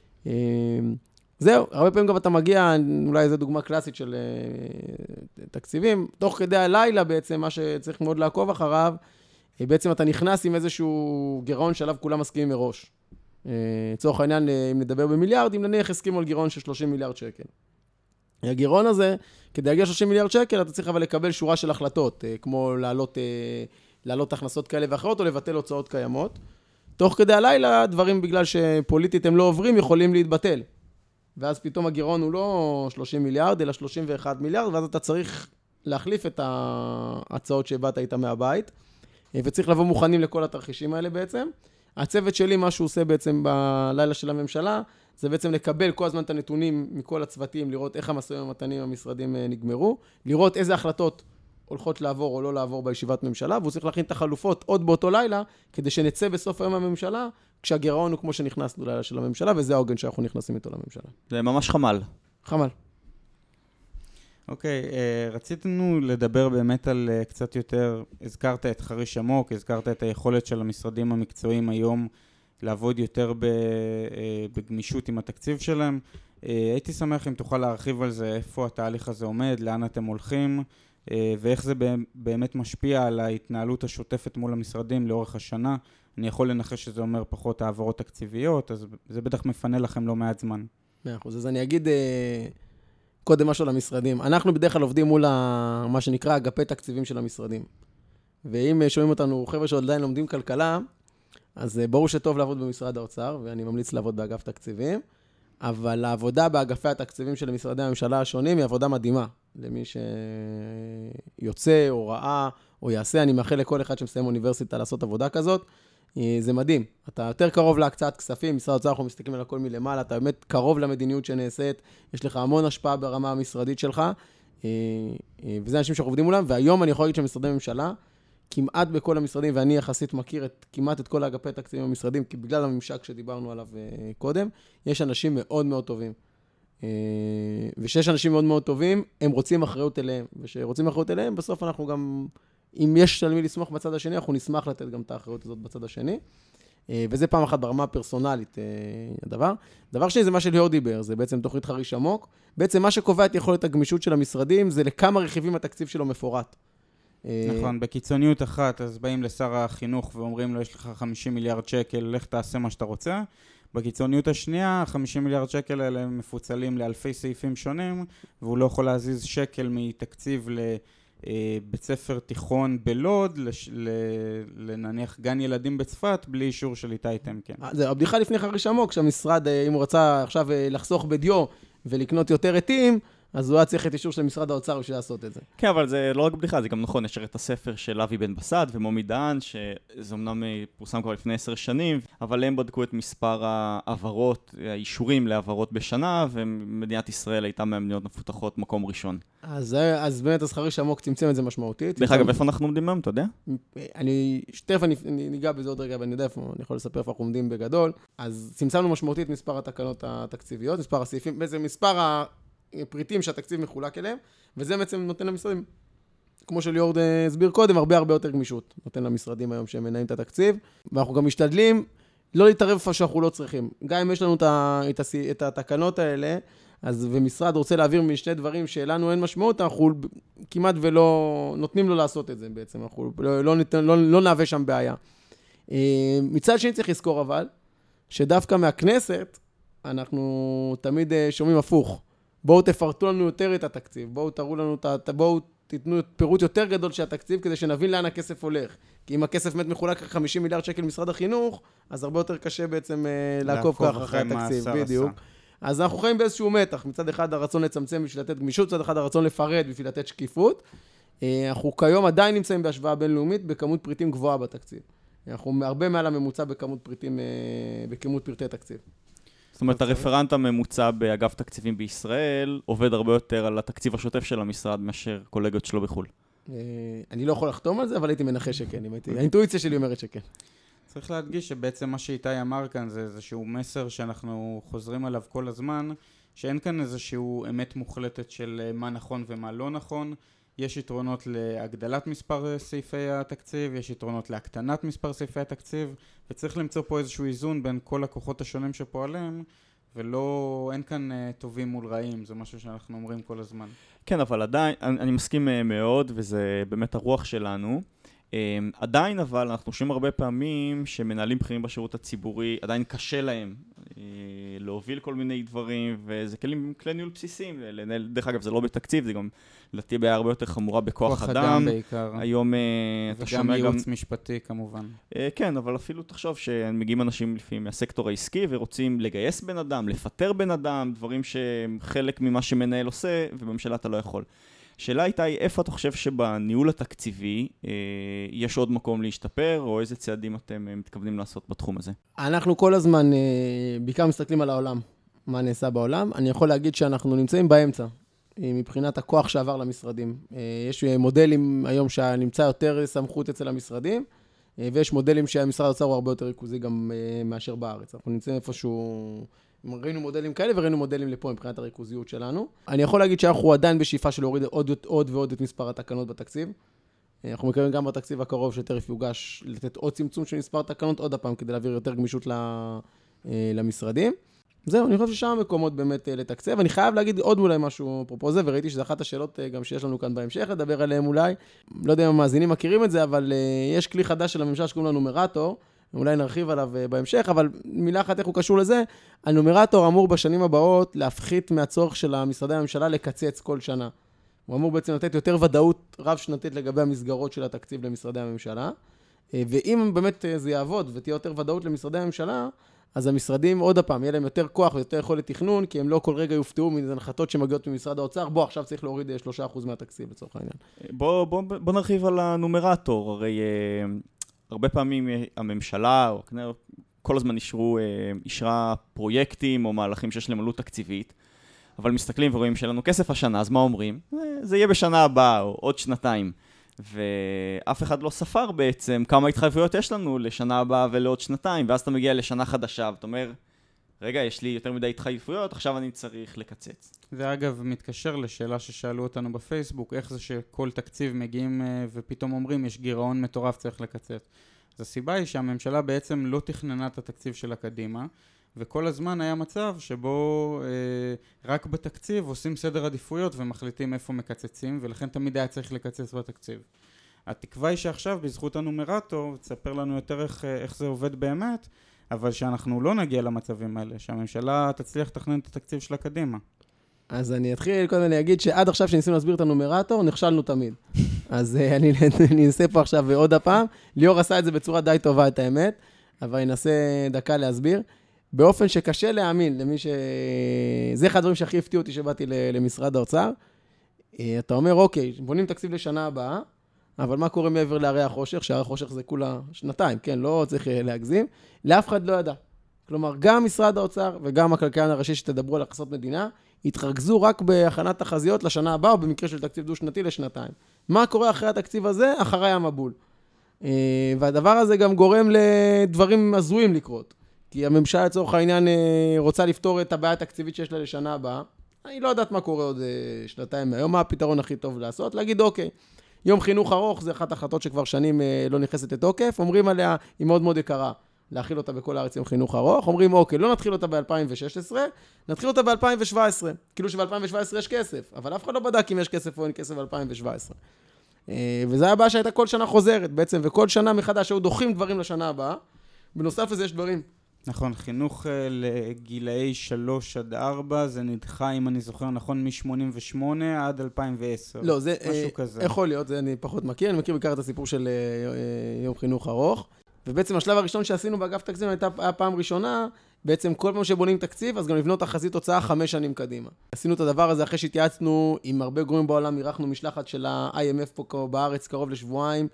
זהו, הרבה פעמים גם אתה מגיע, אולי זו דוגמה קלאסית של תקציבים, תוך כדי הלילה בעצם, מה שצריך מאוד לעקוב אחריו, בעצם אתה נכנס עם איזשהו גירעון שעליו כולם מסכימים מראש. לצורך העניין, אם נדבר במיליארד, אם נניח הסכימו על גירעון של שלושים מיליארד שקל. הגירעון הזה, כדי להגיע שלושים מיליארד שקל, אתה צריך אבל לקבל שורה של החלטות, כמו לעלות להעלות הכנסות כאלה ואחרות, או לבטל הוצאות קיימות. תוך כדי הלילה, דברים בגלל שפוליטית הם לא עוברים, יכולים להתבטל. ואז פתאום הגירעון הוא לא שלושים מיליארד, אלא שלושים ואחד מיליארד, ואז אתה צריך להחליף את ההצעות שהבאת איתה מהבית, וצריך לבוא מוכנים לכל התרחישים האלה בעצם. הצוות שלי, מה שהוא עושה בעצם בלילה של הממשלה, זה בעצם לקבל כל הזמן את הנתונים מכל הצוותים, לראות איך המשאים ומתנים המשרדים נגמרו, לראות איזה החלטות הולכות לעבור או לא לעבור בישיבת ממשלה, והוא צריך להכין את החלופות עוד באותו לילה, כדי שנצא בסוף היום הממשלה, כשהגירעון הוא כמו שנכנסנו לילה של הממשלה, וזה העוגן שאנחנו נכנסים איתו לממשלה. זה ממש חמל. חמל. אוקיי, רציתנו לדבר באמת על קצת יותר, הזכרת את חריש עמוק, הזכרת את היכולת של המשרדים המקצועיים היום לעבוד יותר בגמישות עם התקציב שלהם. הייתי שמח אם תוכל להרחיב על זה, איפה התהליך הזה עומד, לאן אתם הולכים, ואיך זה באמת משפיע על ההתנהלות השוטפת מול המשרדים לאורך השנה. אני יכול לנחש שזה אומר פחות העברות תקציביות, אז זה בטח מפנה לכם לא מעט זמן. מאה אחוז, אז אני אגיד קודם משהו למשרדים. אנחנו בדרך כלל עובדים מול מה שנקרא אגפי תקציבים של המשרדים. ואם שומעים אותנו חבר'ה שעוד עדיין לומדים כלכלה, אז ברור שטוב לעבוד במשרד האוצר, ואני ממליץ לעבוד באגף תקציבים, אבל העבודה באגפי התקציבים של משרדי הממשלה השונים היא עבודה מדהימה. למי שיוצא או ראה או יעשה, אני מאחל לכל אחד שמסיים אוניברסיטה לעשות עבודה כזאת. זה מדהים. אתה יותר קרוב להקצאת כספים, משרד האוצר אנחנו מסתכלים על הכל מלמעלה, אתה באמת קרוב למדיניות שנעשית, יש לך המון השפעה ברמה המשרדית שלך, וזה אנשים שאנחנו עובדים מולם, והיום אני יכול להגיד שמשרדי ממשלה, כמעט בכל המשרדים, ואני יחסית מכיר את, כמעט את כל האגפי התקציבים במשרדים, כי בגלל הממשק שדיברנו עליו קודם, יש אנשים מאוד מאוד טובים. ושיש אנשים מאוד מאוד טובים, הם רוצים אחריות אליהם, ושרוצים אחריות אליהם, בסוף אנחנו גם, אם יש על מי לסמוך בצד השני, אנחנו נשמח לתת גם את האחריות הזאת בצד השני. וזה פעם אחת ברמה הפרסונלית הדבר. דבר שני זה מה שליאור דיבר, זה בעצם תוכנית חריש עמוק. בעצם מה שקובע את יכולת הגמישות של המשרדים, זה לכמה רכיבים התקציב שלו מפורט. נכון, בקיצוניות אחת, אז באים לשר החינוך ואומרים לו, יש לך חמישים מיליארד שקל, לך תעשה מה שאתה רוצה. בקיצוניות השנייה, חמישים מיליארד שקל האלה מפוצלים לאלפי סעיפים שונים, והוא לא יכול להזיז שקל מתקציב לבית ספר תיכון בלוד, לנניח גן ילדים בצפת, בלי אישור של איתי טמקין. זה הבדיחה לפני חריש עמוק, שהמשרד, אם הוא רצה עכשיו לחסוך בדיו ולקנות יותר עתים, אז הוא היה צריך את אישור של משרד האוצר בשביל לעשות את זה. כן, אבל זה לא רק בדיחה, זה גם נכון, יש את הספר של אבי בן בסט ומומי דהן, שזה אמנם פורסם כבר לפני עשר שנים, אבל הם בדקו את מספר העברות, האישורים לעברות בשנה, ומדינת ישראל הייתה מהמדינות מפותחות מקום ראשון. אז, אז באמת, אז חריש עמוק צמצם את זה משמעותית. דרך אגב, איפה אנחנו עומדים היום, אתה יודע? אני, תכף אני ניגע בזה עוד רגע, ואני יודע איפה, אני יכול לספר איפה אנחנו עומדים בגדול. אז צמצמנו משמעותית מספר התקנות התקציביות, מספר הסעיפים, בעצם מספר ה... פריטים שהתקציב מחולק אליהם, וזה בעצם נותן למשרדים, כמו שליאור הסביר קודם, הרבה הרבה יותר גמישות. נותן למשרדים היום שהם מנהלים את התקציב, ואנחנו גם משתדלים לא להתערב איפה שאנחנו לא צריכים. גם אם יש לנו את התקנות האלה, אז ומשרד רוצה להעביר משני דברים שלנו אין משמעות, אנחנו כמעט ולא נותנים לו לעשות את זה בעצם, אנחנו לא, לא, לא, לא נעווה שם בעיה. מצד שני צריך לזכור אבל, שדווקא מהכנסת, אנחנו תמיד שומעים הפוך. בואו תפרטו לנו יותר את התקציב, בואו תראו לנו, בואו תיתנו פירוט יותר גדול של התקציב, כדי שנבין לאן הכסף הולך. כי אם הכסף מת מחולק חמישים מיליארד שקל משרד החינוך, אז הרבה יותר קשה בעצם לעקוב כך אחרי התקציב, בדיוק. אז אנחנו חיים באיזשהו מתח, מצד אחד הרצון לצמצם בשביל לתת גמישות, מצד אחד הרצון לפרט בשביל לתת שקיפות. אנחנו כיום עדיין נמצאים בהשוואה בינלאומית בכמות פריטים גבוהה בתקציב. אנחנו הרבה מעל הממוצע בכמות פריטים, בכמות פרטי תקציב. זאת אומרת, הרפרנט הממוצע באגף תקציבים בישראל עובד הרבה יותר על התקציב השוטף של המשרד מאשר קולגות שלו בחו"ל. אני לא יכול לחתום על זה, אבל הייתי מנחש שכן. האינטואיציה שלי אומרת שכן. צריך להדגיש שבעצם מה שאיתי אמר כאן זה איזשהו מסר שאנחנו חוזרים עליו כל הזמן, שאין כאן איזשהו אמת מוחלטת של מה נכון ומה לא נכון. יש יתרונות להגדלת מספר סעיפי התקציב, יש יתרונות להקטנת מספר סעיפי התקציב, וצריך למצוא פה איזשהו איזון בין כל הכוחות השונים שפועלים, ולא, אין כאן טובים מול רעים, זה משהו שאנחנו אומרים כל הזמן. כן, אבל עדיין, אני, אני מסכים מאוד, וזה באמת הרוח שלנו. עדיין אבל אנחנו שומעים הרבה פעמים שמנהלים בכירים בשירות הציבורי, עדיין קשה להם להוביל כל מיני דברים, וזה כלים, כלי ניהול בסיסיים. לנהל, דרך אגב, זה לא בתקציב, זה גם לדעתי בעיה הרבה יותר חמורה בכוח אדם. כוח אדם בעיקר. היום אתה שומע גם... וגם ייעוץ משפטי כמובן. כן, אבל אפילו תחשוב שמגיעים אנשים לפעמים מהסקטור העסקי, ורוצים לגייס בן אדם, לפטר בן אדם, דברים שחלק ממה שמנהל עושה, ובממשלה אתה לא יכול. שאלה הייתה היא, איפה אתה חושב שבניהול התקציבי אה, יש עוד מקום להשתפר, או איזה צעדים אתם אה, מתכוונים לעשות בתחום הזה? אנחנו כל הזמן אה, בעיקר מסתכלים על העולם, מה נעשה בעולם. אני יכול להגיד שאנחנו נמצאים באמצע, אה, מבחינת הכוח שעבר למשרדים. אה, יש מודלים היום שנמצא יותר סמכות אצל המשרדים, אה, ויש מודלים שהמשרד האוצר הוא הרבה יותר ריכוזי גם אה, מאשר בארץ. אנחנו נמצאים איפשהו... ראינו מודלים כאלה וראינו מודלים לפה מבחינת הריכוזיות שלנו. אני יכול להגיד שאנחנו עדיין בשאיפה של להוריד עוד, עוד ועוד את מספר התקנות בתקציב. אנחנו מקווים גם בתקציב הקרוב שתכף יוגש לתת עוד צמצום של מספר התקנות עוד הפעם כדי להעביר יותר גמישות למשרדים. זהו, אני חושב ששם המקומות באמת לתקצב. אני חייב להגיד עוד אולי משהו אפרופו זה, וראיתי שזו אחת השאלות גם שיש לנו כאן בהמשך, לדבר עליהם אולי. לא יודע אם המאזינים מכירים את זה, אבל יש כלי חדש של הממשלה שקוראים לנו נומרטור, אולי נרחיב עליו בהמשך, אבל מילה אחת איך הוא קשור לזה, הנומרטור אמור בשנים הבאות להפחית מהצורך של המשרדי הממשלה לקצץ כל שנה. הוא אמור בעצם לתת יותר ודאות רב שנתית לגבי המסגרות של התקציב למשרדי הממשלה, ואם באמת זה יעבוד ותהיה יותר ודאות למשרדי הממשלה, אז המשרדים עוד הפעם, יהיה להם יותר כוח ויותר יכולת תכנון, כי הם לא כל רגע יופתעו מהנחתות שמגיעות ממשרד האוצר, בוא עכשיו צריך להוריד שלושה אחוז מהתקציב לצורך העניין. בוא, בוא, בוא נרחיב על הנומרטור, הרי... הרבה פעמים הממשלה, או כל הזמן אישרו, אישרה פרויקטים או מהלכים שיש להם עלות תקציבית, אבל מסתכלים ורואים שלנו כסף השנה, אז מה אומרים? זה יהיה בשנה הבאה או עוד שנתיים. ואף אחד לא ספר בעצם כמה התחייבויות יש לנו לשנה הבאה ולעוד שנתיים, ואז אתה מגיע לשנה חדשה, ואתה אומר, רגע, יש לי יותר מדי התחייבויות, עכשיו אני צריך לקצץ. זה אגב מתקשר לשאלה ששאלו אותנו בפייסבוק, איך זה שכל תקציב מגיעים ופתאום אומרים, יש גירעון מטורף, צריך לקצץ. אז הסיבה היא שהממשלה בעצם לא תכננה את התקציב שלה קדימה, וכל הזמן היה מצב שבו אה, רק בתקציב עושים סדר עדיפויות ומחליטים איפה מקצצים, ולכן תמיד היה צריך לקצץ בתקציב. התקווה היא שעכשיו, בזכות הנומרטור, תספר לנו יותר איך, איך זה עובד באמת, אבל שאנחנו לא נגיע למצבים האלה, שהממשלה תצליח לתכנן את התקציב שלה קדימה. אז אני אתחיל, קודם אני אגיד שעד עכשיו שניסינו להסביר את הנומרטור, נכשלנו תמיד. אז אני, אני אנסה פה עכשיו עוד הפעם. ליאור עשה את זה בצורה די טובה, את האמת, אבל אני אנסה דקה להסביר. באופן שקשה להאמין למי ש... זה אחד הדברים שהכי הפתיעו אותי שבאתי למשרד האוצר. אתה אומר, אוקיי, בונים תקציב לשנה הבאה, אבל מה קורה מעבר להרי החושך? שהרי החושך זה כולה שנתיים, כן? לא צריך להגזים. לאף אחד לא ידע. כלומר, גם משרד האוצר וגם הכלכלן הראשי שתדברו על הכנסות מדינה, התרכזו רק בהכנת תחזיות לשנה הבאה, או במקרה של תקציב דו-שנתי לשנתיים. מה קורה אחרי התקציב הזה? אחרי המבול. והדבר הזה גם גורם לדברים הזויים לקרות. כי הממשלה לצורך העניין רוצה לפתור את הבעיה התקציבית שיש לה לשנה הבאה. אני לא יודעת מה קורה עוד שנתיים מהיום, מה הפתרון הכי טוב לעשות? להגיד, אוקיי, יום חינוך ארוך, זה אחת החלטות שכבר שנים לא נכנסת לתוקף, אומרים עליה, היא מאוד מאוד יקרה, להכיל אותה בכל הארץ יום חינוך ארוך, אומרים, אוקיי, לא נתחיל אותה ב-אלפיים ושש עשרה, נתחיל אותה ב-אלפיים שבע עשרה, כאילו שב-אלפיים שבע עשרה יש כסף, אבל אף אחד לא בדק אם יש כסף או אין כסף ב-אלפיים שבע עשרה. וזו הבעיה שהייתה כל שנה חוזרת בעצם, וכל שנה מחדש היו דוחים דברים לשנה הבאה, בנוסף לזה יש דברים. נכון, חינוך לגילאי שלוש עד ארבע, זה נדחה, אם אני זוכר נכון, מ-שמונים ושמונה עד אלפיים ועשר. לא, זה יכול להיות, זה אני פחות מכיר, אני מכיר בעיקר את הסיפור של יום חינוך ארוך, ובעצם השלב הראשון שעשינו באגף תקציב הייתה פעם ראשונה, בעצם כל פעם שבונים תקציב, אז גם לבנות תחזית תוצאה חמש שנים קדימה. עשינו את הדבר הזה אחרי שהתייעצנו עם הרבה גורמים בעולם, אירחנו משלחת של ה-איי אם אף פה בארץ קרוב לשבועיים,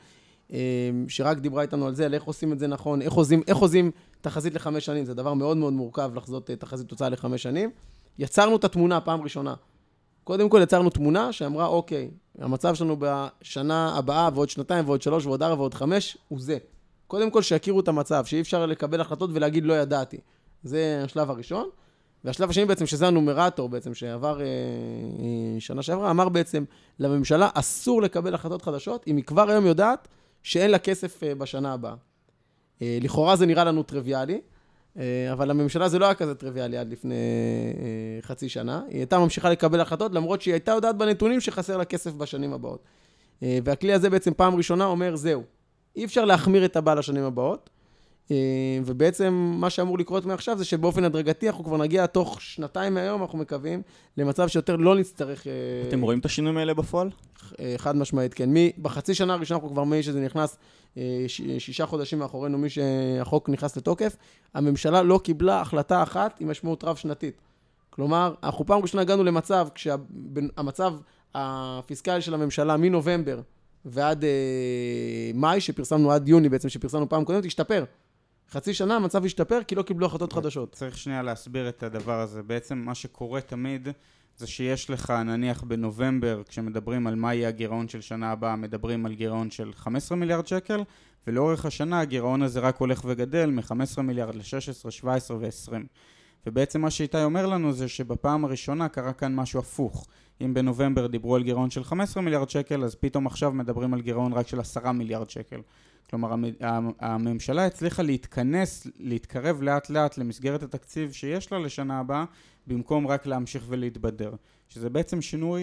שרק דיברה איתנו על זה, על איך עושים את זה נכון, איך עושים, איך עושים תחזית לחמש שנים, זה דבר מאוד מאוד מורכב לחזות תחזית תוצאה לחמש שנים. יצרנו את התמונה פעם ראשונה. קודם כל יצרנו תמונה שאמרה, אוקיי, המצב שלנו בשנה הבאה ועוד שנתיים ועוד שלוש ועוד ארבע ועוד חמש הוא זה. קודם כל שיכירו את המצב, שאי אפשר לקבל החלטות ולהגיד לא ידעתי. זה השלב הראשון. והשלב השני בעצם, שזה הנומרטור בעצם, שעבר אה, אה, שנה שעברה, אמר בעצם לממשלה, אסור לקבל החלטות חדשות, אם היא כבר היום יודעת שאין לה כסף אה, בשנה הבאה. אה, לכאורה זה נראה לנו טריוויאלי, אה, אבל לממשלה זה לא היה כזה טריוויאלי עד לפני אה, חצי שנה. היא הייתה ממשיכה לקבל החלטות, למרות שהיא הייתה יודעת בנתונים שחסר לה כסף בשנים הבאות. אה, והכלי הזה בעצם פעם ראשונה אומר, זהו. אי אפשר להחמיר את הבא לשנים הבאות, ובעצם מה שאמור לקרות מעכשיו זה שבאופן הדרגתי אנחנו כבר נגיע תוך שנתיים מהיום, אנחנו מקווים, למצב שיותר לא נצטרך... אתם רואים את השינויים האלה בפועל? חד משמעית, כן. בחצי שנה הראשונה אנחנו כבר מי שזה נכנס, שישה חודשים מאחורינו, מי שהחוק נכנס לתוקף, הממשלה לא קיבלה החלטה אחת עם משמעות רב שנתית. כלומר, אנחנו פעם ראשונה הגענו למצב, כשהמצב הפיסקלי של הממשלה מנובמבר ועד מאי, שפרסמנו עד יוני בעצם, שפרסמנו פעם קודמת, השתפר. חצי שנה המצב השתפר כי לא קיבלו החלטות חדשות. צריך שנייה להסביר את הדבר הזה. בעצם מה שקורה תמיד זה שיש לך, נניח בנובמבר, כשמדברים על מה יהיה הגירעון של שנה הבאה, מדברים על גירעון של חמישה עשר מיליארד שקל, ולאורך השנה הגירעון הזה רק הולך וגדל מ-חמישה עשר מיליארד ל-שש עשרה, שבע עשרה ו-עשרים. ובעצם מה שאיתי אומר לנו זה שבפעם הראשונה קרה כאן משהו הפוך. אם בנובמבר דיברו על גירעון של חמישה עשר מיליארד שקל, אז פתאום עכשיו מדברים על גירעון רק של עשרה מיליארד שקל. כלומר, הממשלה הצליחה להתכנס, להתקרב לאט לאט למסגרת התקציב שיש לה לשנה הבאה, במקום רק להמשיך ולהתבדר. שזה בעצם שינוי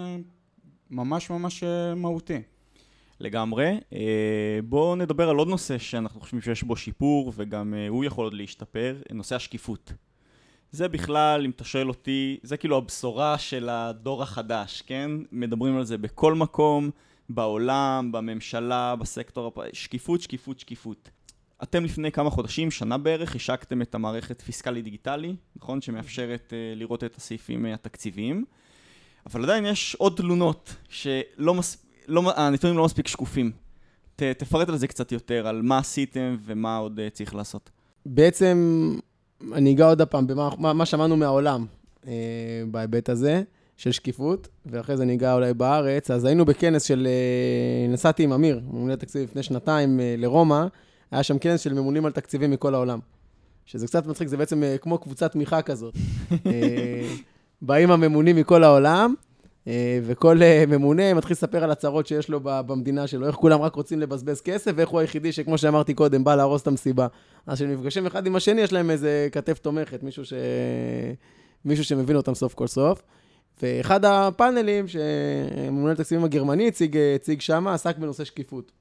ממש ממש מהותי. לגמרי. בואו נדבר על עוד נושא שאנחנו חושבים שיש בו שיפור, וגם הוא יכול עוד להשתפר, נושא השקיפות. זה בכלל, אם אתה שואל אותי, זה כאילו הבשורה של הדור החדש, כן? מדברים על זה בכל מקום, בעולם, בממשלה, בסקטור, שקיפות, שקיפות, שקיפות. אתם לפני כמה חודשים, שנה בערך, השקתם את המערכת פיסקלי דיגיטלי, נכון? שמאפשרת uh, לראות את הסעיפים uh, התקציביים. אבל עדיין יש עוד תלונות שלא מס... לא... הנתונים לא מספיק שקופים. ת... תפרט על זה קצת יותר, על מה עשיתם ומה עוד uh, צריך לעשות. בעצם, אני אגע עוד הפעם במה מה, מה שמענו מהעולם uh, בהיבט הזה. של שקיפות, ואחרי זה ניגע אולי בארץ. אז היינו בכנס של, נסעתי עם אמיר, ממונה תקציב לפני שנתיים לרומא, היה שם כנס של ממונים על תקציבים מכל העולם. שזה קצת מצחיק, זה בעצם כמו קבוצת תמיכה כזאת. באים הממונים מכל העולם, וכל ממונה מתחיל לספר על הצרות שיש לו במדינה שלו, איך כולם רק רוצים לבזבז כסף, ואיך הוא היחידי שכמו שאמרתי קודם, בא להרוס את המסיבה. אז כשנפגשים אחד עם השני, יש להם איזה כתף תומכת, מישהו ש... מישהו שמבין אותם סוף כל סוף. ואחד הפאנלים שממונה לתקציבים הגרמני הציג, הציג שמה, עסק בנושא שקיפות.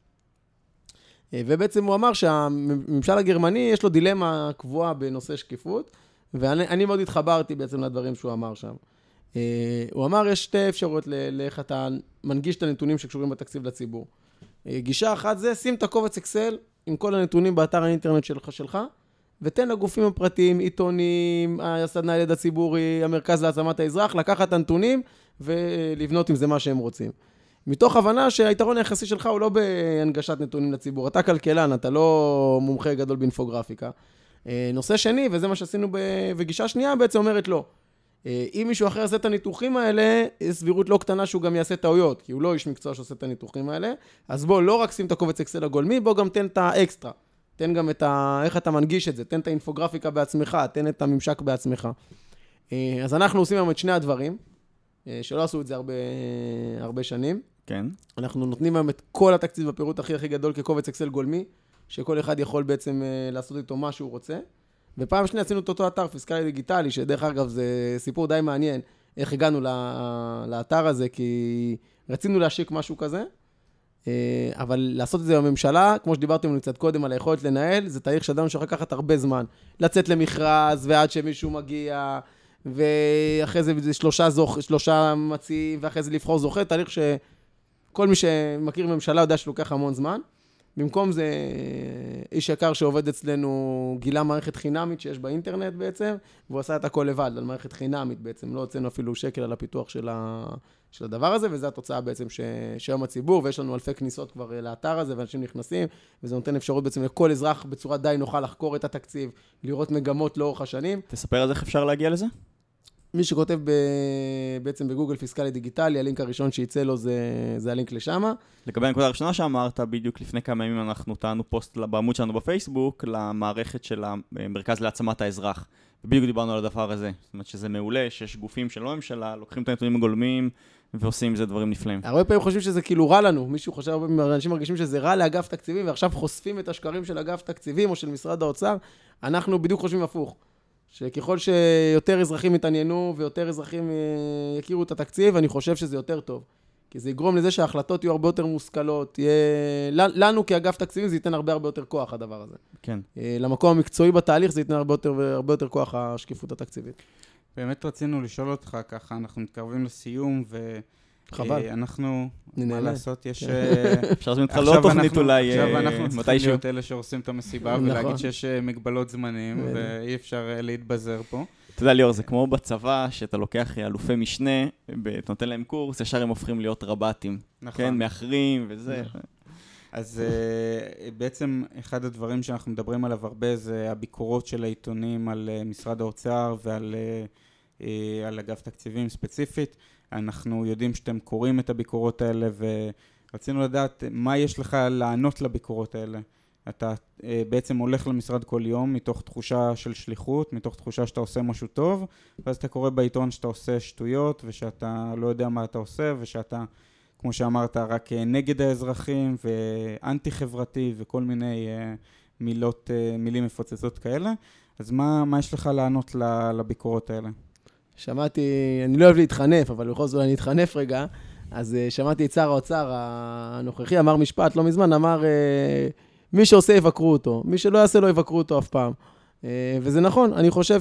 ובעצם הוא אמר שהממשל הגרמני יש לו דילמה קבועה בנושא שקיפות, ואני מאוד התחברתי בעצם לדברים שהוא אמר שם. הוא אמר, יש שתי אפשרויות לאיך אתה מנגיש את הנתונים שקשורים בתקציב לציבור. גישה אחת זה, שים את הקובץ אקסל עם כל הנתונים באתר האינטרנט שלך שלך, ותן לגופים הפרטיים, עיתונים, הסדנה לידע ציבורי, המרכז להעצמת האזרח, לקחת את הנתונים ולבנות עם זה מה שהם רוצים. מתוך הבנה שהיתרון היחסי שלך הוא לא בהנגשת נתונים לציבור. אתה כלכלן, אתה לא מומחה גדול באינפוגרפיקה. נושא שני, וזה מה שעשינו בגישה שנייה, בעצם אומרת לא. אם מישהו אחר יעשה את הניתוחים האלה, יש סבירות לא קטנה שהוא גם יעשה טעויות, כי הוא לא איש מקצוע שעושה את הניתוחים האלה. אז בוא, לא רק שים את הקובץ אקסל הגולמי, בוא גם תן את האקסטרה. תן גם את ה... איך אתה מנגיש את זה, תן את האינפוגרפיקה בעצמך, תן את הממשק בעצמך. אז אנחנו עושים היום את שני הדברים, שלא עשו את זה הרבה, הרבה שנים. כן. אנחנו נותנים היום את כל התקציב בפירוט הכי הכי גדול כקובץ אקסל גולמי, שכל אחד יכול בעצם לעשות איתו מה שהוא רוצה. ופעם שנייה עשינו את אותו אתר פיסקלי דיגיטלי, שדרך אגב זה סיפור די מעניין, איך הגענו לאתר הזה, כי רצינו להשיק משהו כזה, אבל לעשות את זה בממשלה, כמו שדיברתם קצת קודם על היכולת לנהל, זה תהליך שידענו שיכול לקחת הרבה זמן. לצאת למכרז, ועד שמישהו מגיע, ואחרי זה, זה שלושה, זוכ... שלושה מציעים, ואחרי זה לבחור זוכה, תהליך שכל מי שמכיר ממשלה יודע שלוקח המון זמן. במקום זה, איש יקר שעובד אצלנו גילה מערכת חינמית שיש באינטרנט בעצם, והוא עשה את הכל לבד, על מערכת חינמית בעצם, לא הוצאנו אפילו שקל על הפיתוח של, ה... של הדבר הזה, וזו התוצאה בעצם ש... שהיום הציבור, ויש לנו אלפי כניסות כבר לאתר הזה, ואנשים נכנסים, וזה נותן אפשרות בעצם לכל אזרח בצורה די נוחה לחקור את התקציב, לראות מגמות לאורך השנים. תספר על זה איך אפשר להגיע לזה? מי שכותב ב... בעצם בגוגל פיסקלי דיגיטלי, הלינק הראשון שיצא לו זה, זה הלינק לשמה. לגבי הנקודה הראשונה שאמרת, בדיוק לפני כמה ימים אנחנו טענו פוסט בעמוד שלנו בפייסבוק, למערכת של המרכז להעצמת האזרח. ובדיוק דיברנו על הדבר הזה. זאת אומרת שזה מעולה, שיש גופים שלא ממשלה, לוקחים את הנתונים הגולמיים ועושים עם זה דברים נפלאים. הרבה פעמים חושבים שזה כאילו רע לנו. מישהו חושב, אנשים מרגישים שזה רע לאגף תקציבים, ועכשיו חושפים את השקרים של אגף תקציבים או של משרד האוצר. אנחנו בדיוק חושבים הפוך. שככל שיותר אזרחים יתעניינו ויותר אזרחים יכירו את התקציב, אני חושב שזה יותר טוב. כי זה יגרום לזה שההחלטות יהיו הרבה יותר מושכלות, יהיה... לנו כאגף תקציבים זה ייתן הרבה הרבה יותר כוח, הדבר הזה. כן. למקום המקצועי בתהליך זה ייתן הרבה יותר, הרבה יותר כוח השקיפות התקציבית. באמת רצינו לשאול אותך ככה, אנחנו מתקרבים לסיום, ו... חבל. אנחנו, מה לעשות, יש... אפשר להזמין אותך לא תוכנית אולי מתישהו. עכשיו אנחנו צריכים להיות אלה שעושים את המסיבה, ולהגיד שיש מגבלות זמנים, ואי אפשר להתבזר פה. אתה יודע, ליאור, זה כמו בצבא, שאתה לוקח אלופי משנה, אתה נותן להם קורס, ישר הם הופכים להיות רבטים. כן, מאחרים וזה. אז בעצם אחד הדברים שאנחנו מדברים עליו הרבה, זה הביקורות של העיתונים על משרד האוצר ועל על אגף תקציבים ספציפית. אנחנו יודעים שאתם קוראים את הביקורות האלה, ורצינו לדעת מה יש לך לענות לביקורות האלה. אתה בעצם הולך למשרד כל יום מתוך תחושה של שליחות, מתוך תחושה שאתה עושה משהו טוב, ואז אתה קורא בעיתון שאתה עושה שטויות, ושאתה לא יודע מה אתה עושה, ושאתה, כמו שאמרת, רק נגד האזרחים, ואנטי חברתי, וכל מיני מילות, מילים מפוצצות כאלה. אז מה, מה יש לך לענות לביקורות האלה? שמעתי, אני לא אוהב להתחנף, אבל בכל זאת אני אתחנף רגע, אז שמעתי את שר האוצר הנוכחי, אמר משפט, לא מזמן, אמר, מי שעושה יבקרו אותו, מי שלא יעשה לא יבקרו אותו אף פעם. וזה נכון, אני חושב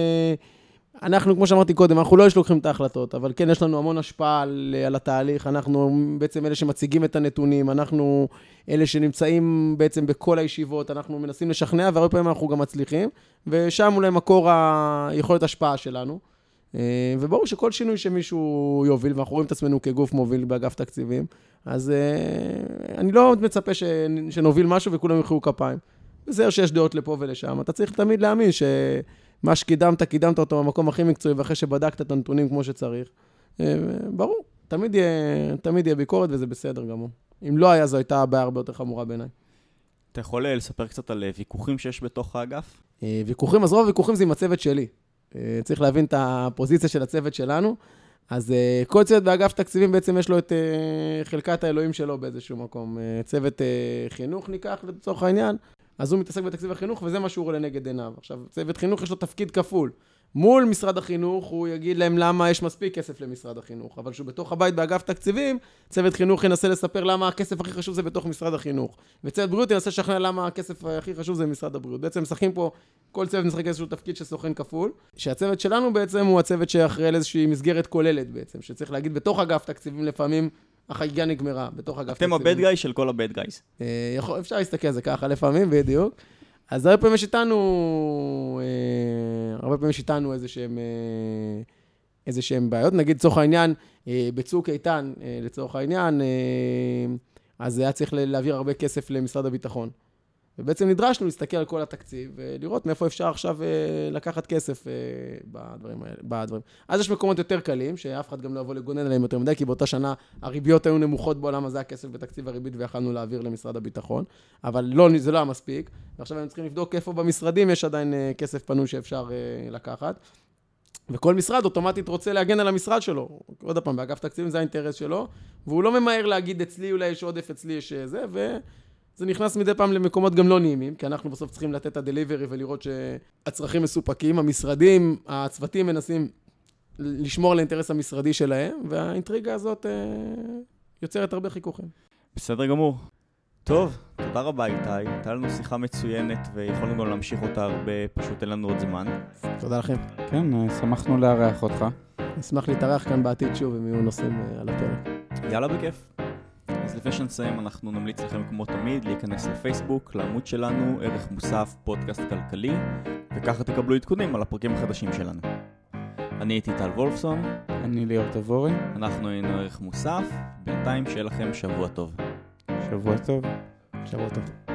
שאנחנו, כמו שאמרתי קודם, אנחנו לא יש לוקחים את ההחלטות, אבל כן, יש לנו המון השפעה על, על התהליך, אנחנו בעצם אלה שמציגים את הנתונים, אנחנו אלה שנמצאים בעצם בכל הישיבות, אנחנו מנסים לשכנע, והרבה פעמים אנחנו גם מצליחים, ושם אולי מקור היכולת השפעה שלנו. וברור שכל שינוי שמישהו יוביל, ואנחנו רואים את עצמנו כגוף מוביל באגף תקציבים, אז אני לא מצפה שנוביל משהו וכולם יחיו כפיים. זה שיש דעות לפה ולשם. אתה צריך תמיד להאמין שמה שקידמת, קידמת אותו במקום הכי מקצועי, ואחרי שבדקת את הנתונים כמו שצריך. ברור, תמיד יהיה, תמיד יהיה ביקורת וזה בסדר גמור. אם לא היה, זו הייתה הבעיה הרבה יותר חמורה בעיניי. אתה יכול לספר קצת על ויכוחים שיש בתוך האגף? ויכוחים, אז רוב הוויכוחים זה עם הצוות שלי. צריך להבין את הפוזיציה של הצוות שלנו. אז כל צוות באגף תקציבים בעצם יש לו את חלקת האלוהים שלו באיזשהו מקום. צוות חינוך ניקח לצורך העניין, אז הוא מתעסק בתקציב החינוך וזה מה שהוא רואה לנגד עיניו. עכשיו, צוות חינוך יש לו תפקיד כפול. מול משרד החינוך הוא יגיד להם למה יש מספיק כסף למשרד החינוך, אבל שהוא בתוך הבית באגף תקציבים, צוות חינוך ינסה לספר למה הכסף הכי חשוב זה בתוך משרד החינוך, וצוות בריאות ינסה לשכנע למה הכסף הכי חשוב זה במשרד הבריאות. בעצם משחקים פה, כל צוות משחק איזשהו תפקיד שסוכן כפול, שהצוות שלנו בעצם הוא הצוות שאחראי לאיזושהי מסגרת כוללת בעצם, שצריך להגיד בתוך אגף תקציבים לפעמים החגיגה נגמרה, בתוך אגף תקציבים. אתם הבד גאי של כל הבד גאיז. אפשר להסתכל על זה ככה לפעמים, בדיוק. אז הרבה פעמים יש איתנו, הרבה פעמים יש איתנו איזה שהם, איזה שהם בעיות. נגיד, לצורך העניין, בצוק איתן, לצורך העניין, אז היה צריך להעביר הרבה כסף למשרד הביטחון. ובעצם נדרשנו להסתכל על כל התקציב, ולראות מאיפה אפשר עכשיו לקחת כסף בדברים האלה, בדברים. אז יש מקומות יותר קלים, שאף אחד גם לא יבוא לגונן עליהם יותר מדי, כי באותה שנה הריביות היו נמוכות בעולם הזה, הכסף בתקציב הריבית, ויכלנו להעביר למשרד הביטחון, אבל לא, זה לא היה מספיק, ועכשיו הם צריכים לבדוק איפה במשרדים יש עדיין כסף פנוי שאפשר לקחת, וכל משרד אוטומטית רוצה להגן על המשרד שלו, עוד פעם, באגף תקציבים זה האינטרס שלו, והוא לא ממהר להגיד אצלי אולי יש עודף, אצלי יש זה, ו... זה נכנס מדי פעם למקומות גם לא נעימים, כי אנחנו בסוף צריכים לתת את הדליברי ולראות שהצרכים מסופקים, המשרדים, הצוותים מנסים לשמור על האינטרס המשרדי שלהם, והאינטריגה הזאת יוצרת הרבה חיכוכים. בסדר גמור. טוב, תודה רבה איתי, הייתה לנו שיחה מצוינת ויכולנו גם להמשיך אותה הרבה, פשוט אין לנו עוד זמן. תודה לכם. כן, שמחנו לארח אותך. נשמח להתארח כאן בעתיד שוב, אם יהיו נושאים על הפרק. יאללה, בכיף. אז לפני שנסיים, אנחנו נמליץ לכם כמו תמיד להיכנס לפייסבוק, לעמוד שלנו, ערך מוסף, פודקאסט כלכלי, וככה תקבלו עדכונים על הפרקים החדשים שלנו. אני הייתי טל וולפסון. אני ליאור תבורי. אנחנו היינו ערך מוסף. בינתיים שיהיה לכם שבוע טוב. שבוע טוב. שבוע טוב.